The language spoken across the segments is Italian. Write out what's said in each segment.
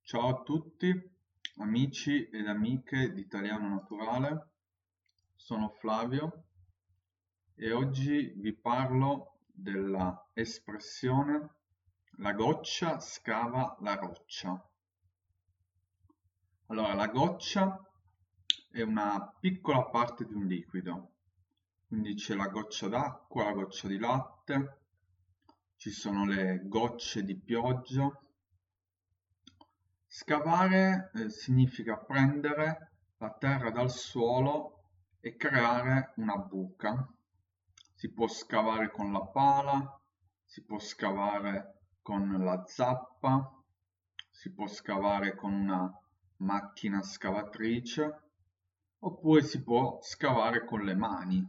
Ciao a tutti, amici ed amiche di Italiano Naturale, sono Flavio e oggi vi parlo della espressione la goccia scava la roccia. Allora, la goccia è una piccola parte di un liquido, quindi c'è la goccia d'acqua, la goccia di latte, ci sono le gocce di pioggia. Scavare significa prendere la terra dal suolo e creare una buca. Si può scavare con la pala, si può scavare con la zappa, si può scavare con una macchina scavatrice oppure si può scavare con le mani.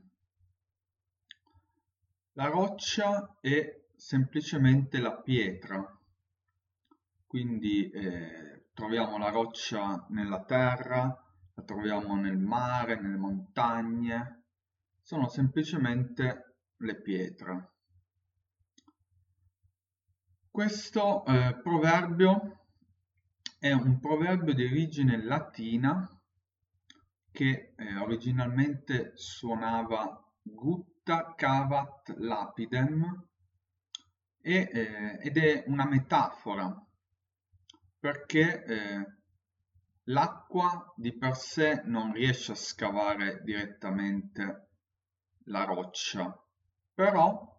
La roccia è semplicemente la pietra, quindi troviamo la roccia nella terra, la troviamo nel mare, nelle montagne, sono semplicemente le pietre. Questo proverbio è un proverbio di origine latina che originalmente suonava gutta cavat lapidem ed è una metafora perché l'acqua di per sé non riesce a scavare direttamente la roccia, però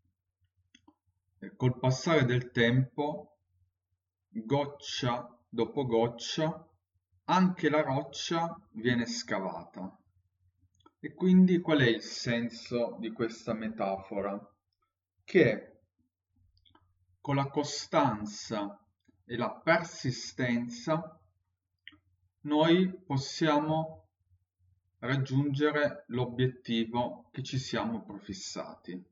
col passare del tempo, goccia dopo goccia, anche la roccia viene scavata. E quindi qual è il senso di questa metafora? Che con la costanza e la persistenza noi possiamo raggiungere l'obiettivo che ci siamo prefissati.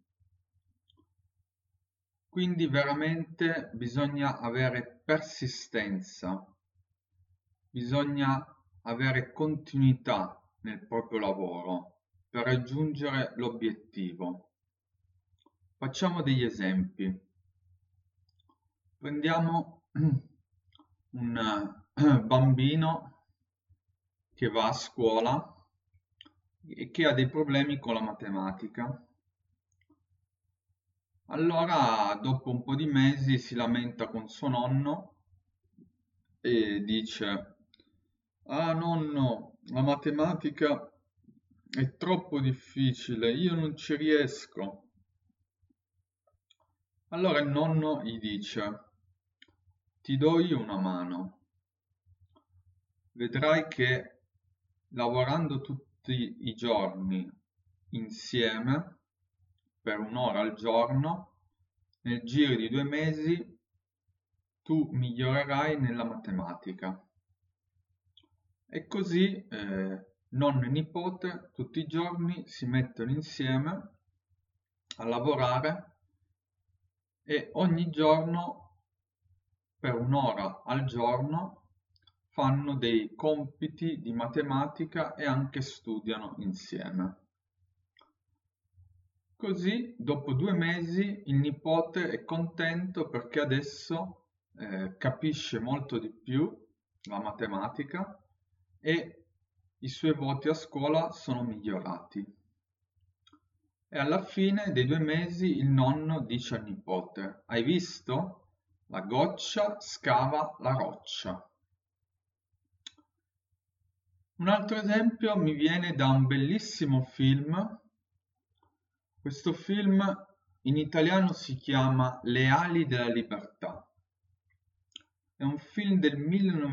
Quindi veramente bisogna avere persistenza, bisogna avere continuità nel proprio lavoro per raggiungere l'obiettivo. Facciamo degli esempi. Prendiamo un bambino che va a scuola e che ha dei problemi con la matematica. Allora, dopo un po' di mesi, si lamenta con suo nonno e dice: Ah, nonno, la matematica è troppo difficile, io non ci riesco. Allora il nonno gli dice: Ti do io una mano. Vedrai che lavorando tutti i giorni insieme per un'ora al giorno, nel giro di 2 mesi tu migliorerai nella matematica. E così nonno e nipote tutti i giorni si mettono insieme a lavorare e ogni giorno, per un'ora al giorno, fanno dei compiti di matematica e anche studiano insieme. Così, dopo 2 mesi, il nipote è contento perché adesso capisce molto di più la matematica e i suoi voti a scuola sono migliorati. E alla fine dei 2 mesi il nonno dice al nipote: Hai visto? La goccia scava la roccia. Un altro esempio mi viene da un bellissimo film. Questo film in italiano si chiama Le ali della libertà. È un film del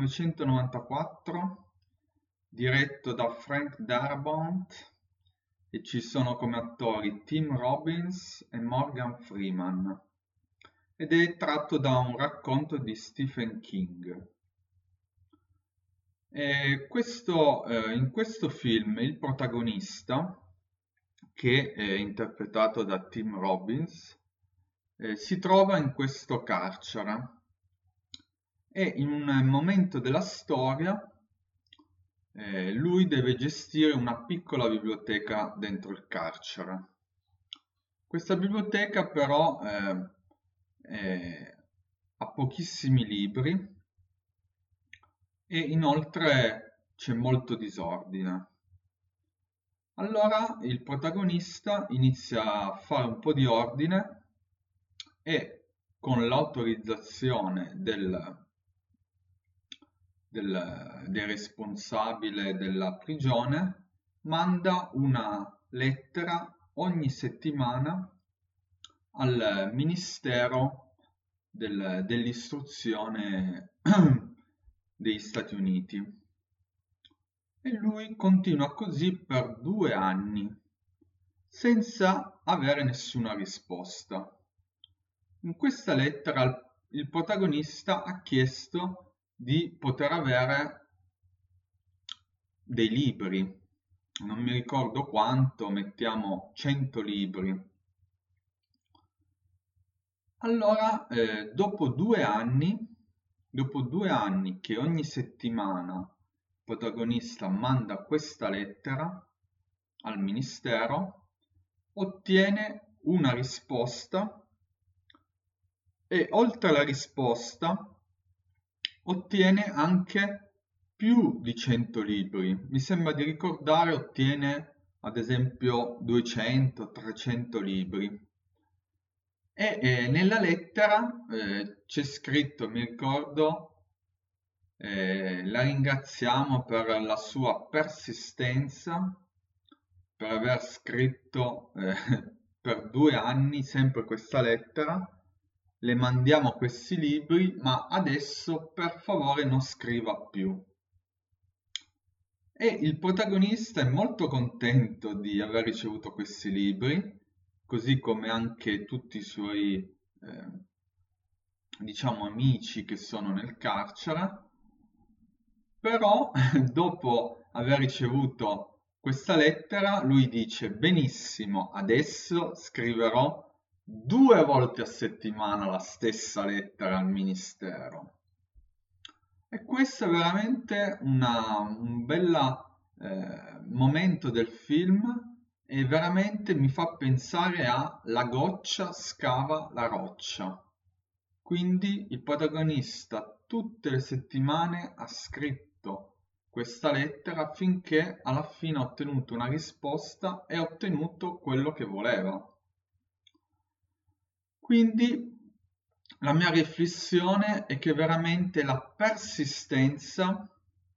1994 diretto da Frank Darabont e ci sono come attori Tim Robbins e Morgan Freeman ed è tratto da un racconto di Stephen King. In questo film il protagonista, che è interpretato da Tim Robbins, si trova in questo carcere e in un momento della storia lui deve gestire una piccola biblioteca dentro il carcere. Questa biblioteca però ha pochissimi libri e inoltre c'è molto disordine. Allora il protagonista inizia a fare un po' di ordine e con l'autorizzazione del responsabile della prigione manda una lettera ogni settimana al Ministero dell'istruzione degli Stati Uniti. E lui continua così per 2 anni, senza avere nessuna risposta. In questa lettera il protagonista ha chiesto di poter avere dei libri, non mi ricordo quanto, mettiamo 100 libri. Allora, dopo 2 anni che ogni settimana il protagonista manda questa lettera al ministero, ottiene una risposta e oltre alla risposta ottiene anche più di 100 libri. Mi sembra di ricordare ottiene ad esempio 200-300 libri. E nella lettera c'è scritto, mi ricordo, la ringraziamo per la sua persistenza, per aver scritto per 2 anni sempre questa lettera, le mandiamo questi libri, ma adesso per favore non scriva più. E il protagonista è molto contento di aver ricevuto questi libri, così come anche tutti i suoi, diciamo, amici che sono nel carcere, però dopo aver ricevuto questa lettera lui dice benissimo, adesso scriverò 2 volte a settimana la stessa lettera al ministero. E questo è veramente un bel momento del film e veramente mi fa pensare a La goccia scava la roccia. Quindi il protagonista tutte le settimane ha scritto questa lettera finché alla fine ha ottenuto una risposta e ha ottenuto quello che voleva. Quindi la mia riflessione è che veramente la persistenza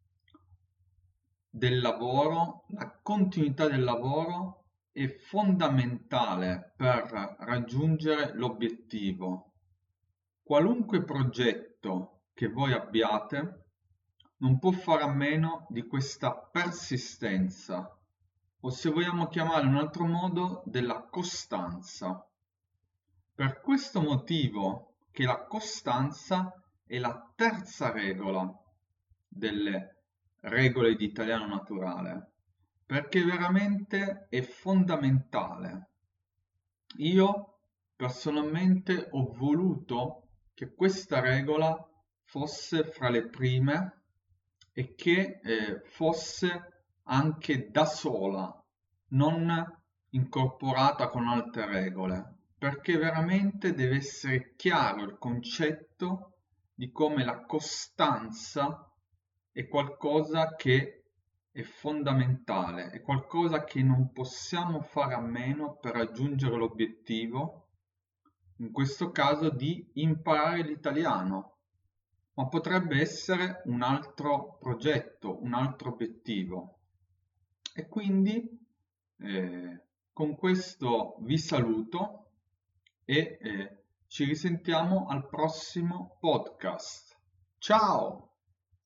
del lavoro, la continuità del lavoro è fondamentale per raggiungere l'obiettivo. Qualunque progetto che voi abbiate non può fare a meno di questa persistenza, o se vogliamo chiamare in un altro modo, della costanza. Per questo motivo che la costanza è la terza regola delle regole di italiano naturale, perché veramente è fondamentale. Io personalmente ho voluto che questa regola fosse fra le prime e che fosse anche da sola, non incorporata con altre regole, perché veramente deve essere chiaro il concetto di come la costanza è qualcosa che è fondamentale, è qualcosa che non possiamo fare a meno per raggiungere l'obiettivo, in questo caso di imparare l'italiano, ma potrebbe essere un altro progetto, un altro obiettivo. E quindi con questo vi saluto e ci risentiamo al prossimo podcast. Ciao!